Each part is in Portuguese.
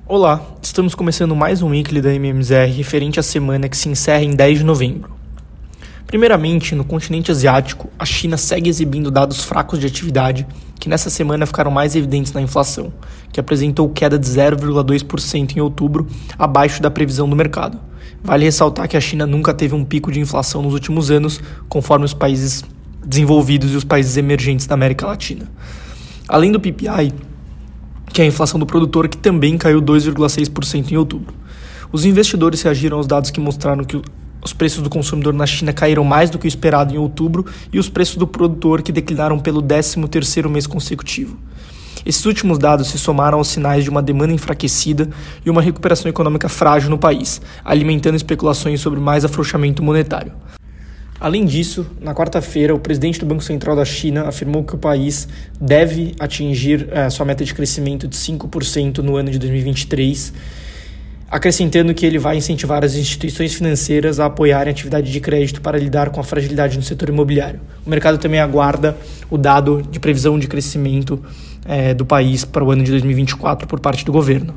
Olá, estamos começando mais um weekly da MMZR referente à semana que se encerra em 10 de novembro. Primeiramente, no continente asiático, a China segue exibindo dados fracos de atividade que nessa semana ficaram mais evidentes na inflação, que apresentou queda de 0,2% em outubro, abaixo da previsão do mercado. Vale ressaltar que a China nunca teve um pico de inflação nos últimos anos, conforme os países desenvolvidos e os países emergentes da América Latina. Além do PPI, que é a inflação do produtor, que também caiu 2,6% em outubro. Os investidores reagiram aos dados que mostraram que os preços do consumidor na China caíram mais do que o esperado em outubro e os preços do produtor que declinaram pelo 13º mês consecutivo. Esses últimos dados se somaram aos sinais de uma demanda enfraquecida e uma recuperação econômica frágil no país, alimentando especulações sobre mais afrouxamento monetário. Além disso, na quarta-feira, o presidente do Banco Central da China afirmou que o país deve atingir sua meta de crescimento de 5% no ano de 2023, acrescentando que ele vai incentivar as instituições financeiras a apoiarem a atividade de crédito para lidar com a fragilidade no setor imobiliário. O mercado também aguarda o dado de previsão de crescimento do país para o ano de 2024 por parte do governo.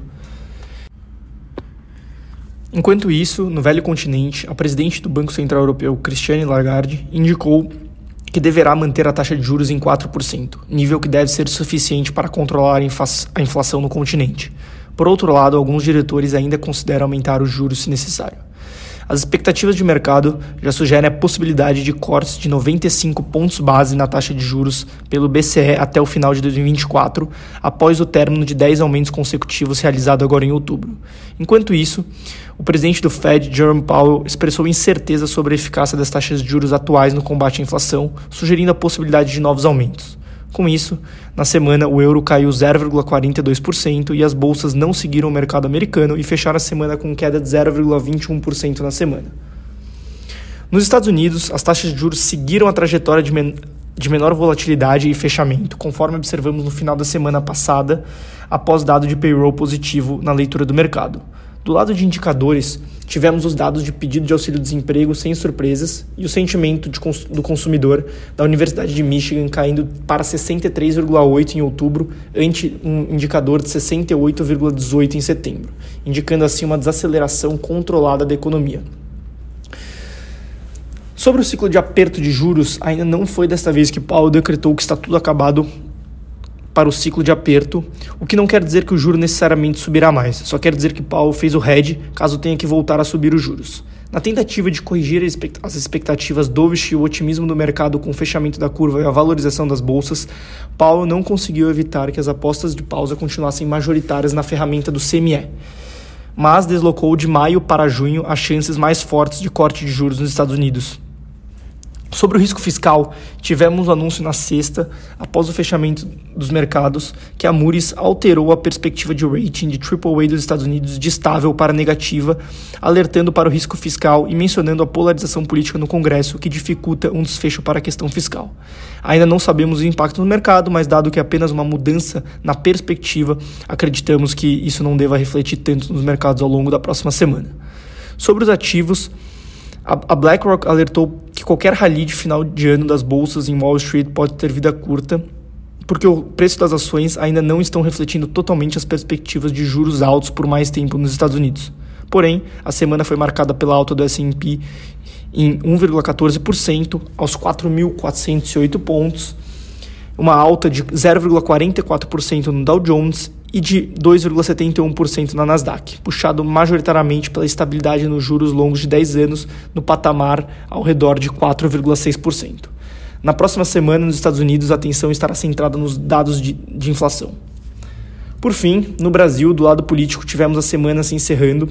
Enquanto isso, no velho continente, a presidente do Banco Central Europeu, Christine Lagarde, indicou que deverá manter a taxa de juros em 4%, nível que deve ser suficiente para controlar a inflação no continente. Por outro lado, alguns diretores ainda consideram aumentar os juros se necessário. As expectativas de mercado já sugerem a possibilidade de cortes de 95 pontos base na taxa de juros pelo BCE até o final de 2024, após o término de 10 aumentos consecutivos realizado agora em outubro. Enquanto isso, o presidente do Fed, Jerome Powell, expressou incerteza sobre a eficácia das taxas de juros atuais no combate à inflação, sugerindo a possibilidade de novos aumentos. Com isso, na semana, o euro caiu 0,42% e as bolsas não seguiram o mercado americano e fecharam a semana com queda de 0,21% na semana. Nos Estados Unidos, as taxas de juros seguiram a trajetória de menor volatilidade e fechamento, conforme observamos no final da semana passada, após dado de payroll positivo na leitura do mercado. Do lado de indicadores, tivemos os dados de pedido de auxílio-desemprego sem surpresas e o sentimento do consumidor da Universidade de Michigan caindo para 63,8 em outubro, ante um indicador de 68,18 em setembro, indicando assim uma desaceleração controlada da economia. Sobre o ciclo de aperto de juros, ainda não foi desta vez que Powell decretou que está tudo acabado para o ciclo de aperto, o que não quer dizer que o juro necessariamente subirá mais, só quer dizer que Powell fez o hedge caso tenha que voltar a subir os juros. Na tentativa de corrigir as expectativas dovish e o otimismo do mercado com o fechamento da curva e a valorização das bolsas, Powell não conseguiu evitar que as apostas de pausa continuassem majoritárias na ferramenta do CME, mas deslocou de maio para junho as chances mais fortes de corte de juros nos Estados Unidos. Sobre o risco fiscal, tivemos um anúncio na sexta, após o fechamento dos mercados, que a Moody's alterou a perspectiva de rating de AAA dos Estados Unidos de estável para negativa, alertando para o risco fiscal e mencionando a polarização política no Congresso, que dificulta um desfecho para a questão fiscal. Ainda não sabemos o impacto no mercado, mas dado que é apenas uma mudança na perspectiva, acreditamos que isso não deva refletir tanto nos mercados ao longo da próxima semana. Sobre os ativos, a BlackRock alertou que qualquer rally de final de ano das bolsas em Wall Street pode ter vida curta, porque o preço das ações ainda não estão refletindo totalmente as perspectivas de juros altos por mais tempo nos Estados Unidos. Porém, a semana foi marcada pela alta do S&P em 1,14% aos 4.408 pontos, uma alta de 0,44% no Dow Jones e de 2,71% na Nasdaq, puxado majoritariamente pela estabilidade nos juros longos de 10 anos no patamar ao redor de 4,6%. Na próxima semana, nos Estados Unidos, a atenção estará centrada nos dados de inflação. Por fim, no Brasil, do lado político, tivemos a semana se encerrando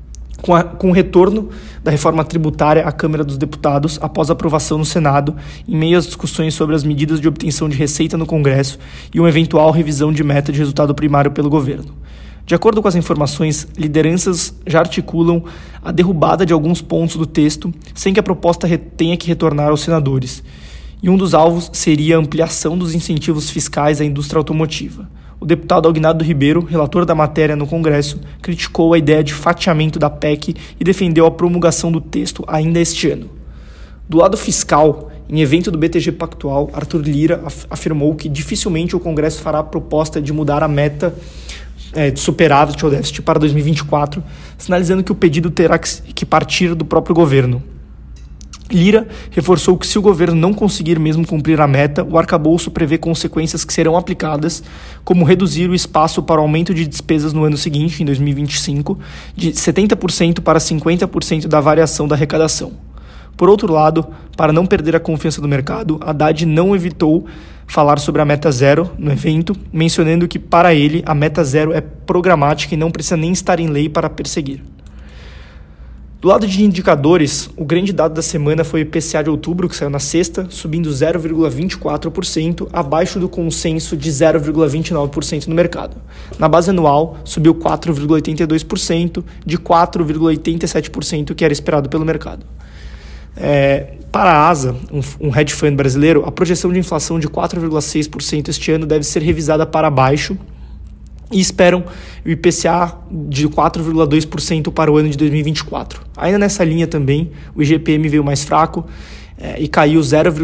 com o retorno da reforma tributária à Câmara dos Deputados após a aprovação no Senado, em meio às discussões sobre as medidas de obtenção de receita no Congresso e uma eventual revisão de meta de resultado primário pelo governo. De acordo com as informações, lideranças já articulam a derrubada de alguns pontos do texto sem que a proposta tenha que retornar aos senadores, e um dos alvos seria a ampliação dos incentivos fiscais à indústria automotiva. O deputado Aguinaldo Ribeiro, relator da matéria no Congresso, criticou a ideia de fatiamento da PEC e defendeu a promulgação do texto ainda este ano. Do lado fiscal, em evento do BTG Pactual, Arthur Lira afirmou que dificilmente o Congresso fará a proposta de mudar a meta de superávit ou déficit para 2024, sinalizando que o pedido terá que partir do próprio governo. Lira reforçou que se o governo não conseguir mesmo cumprir a meta, o arcabouço prevê consequências que serão aplicadas, como reduzir o espaço para o aumento de despesas no ano seguinte, em 2025, de 70% para 50% da variação da arrecadação. Por outro lado, para não perder a confiança do mercado, Haddad não evitou falar sobre a meta zero no evento, mencionando que, para ele, a meta zero é programática e não precisa nem estar em lei para perseguir. Do lado de indicadores, o grande dado da semana foi o IPCA de outubro, que saiu na sexta, subindo 0,24%, abaixo do consenso de 0,29% no mercado. Na base anual, subiu 4,82%, de 4,87% que era esperado pelo mercado. Para a ASA, um hedge fund brasileiro, a projeção de inflação de 4,6% este ano deve ser revisada para baixo, e esperam o IPCA de 4,2% para o ano de 2024. Ainda nessa linha também, o IGPM veio mais fraco e caiu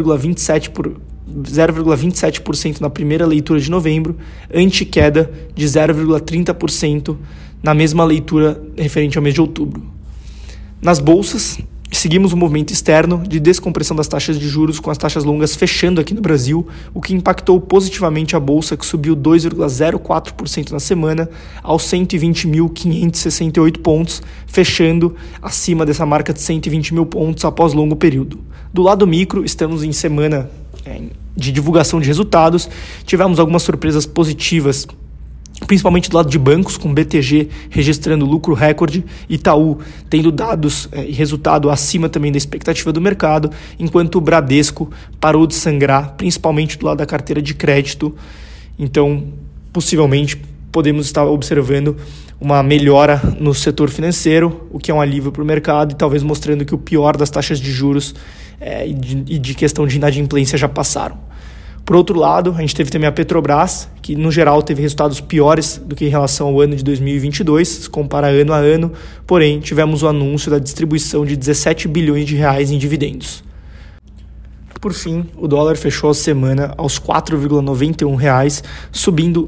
0,27% na primeira leitura de novembro, ante queda de 0,30% na mesma leitura referente ao mês de outubro. Nas bolsas, seguimos um movimento externo de descompressão das taxas de juros, com as taxas longas fechando aqui no Brasil, o que impactou positivamente a bolsa, que subiu 2,04% na semana aos 120.568 pontos, fechando acima dessa marca de 120 mil pontos após longo período. Do lado micro, estamos em semana de divulgação de resultados, tivemos algumas surpresas positivas, principalmente do lado de bancos, com BTG registrando lucro recorde, Itaú tendo dados e resultado acima também da expectativa do mercado, enquanto o Bradesco parou de sangrar, principalmente do lado da carteira de crédito. Então, possivelmente, podemos estar observando uma melhora no setor financeiro, o que é um alívio para o mercado e talvez mostrando que o pior das taxas de juros e de questão de inadimplência já passaram. Por outro lado, a gente teve também a Petrobras, que no geral teve resultados piores do que em relação ao ano de 2022, se compara ano a ano, porém tivemos o anúncio da distribuição de 17 bilhões de reais em dividendos. Por fim, o dólar fechou a semana aos R$ 4,91, subindo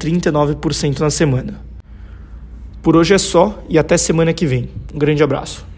0,39% na semana. Por hoje é só e até semana que vem. Um grande abraço.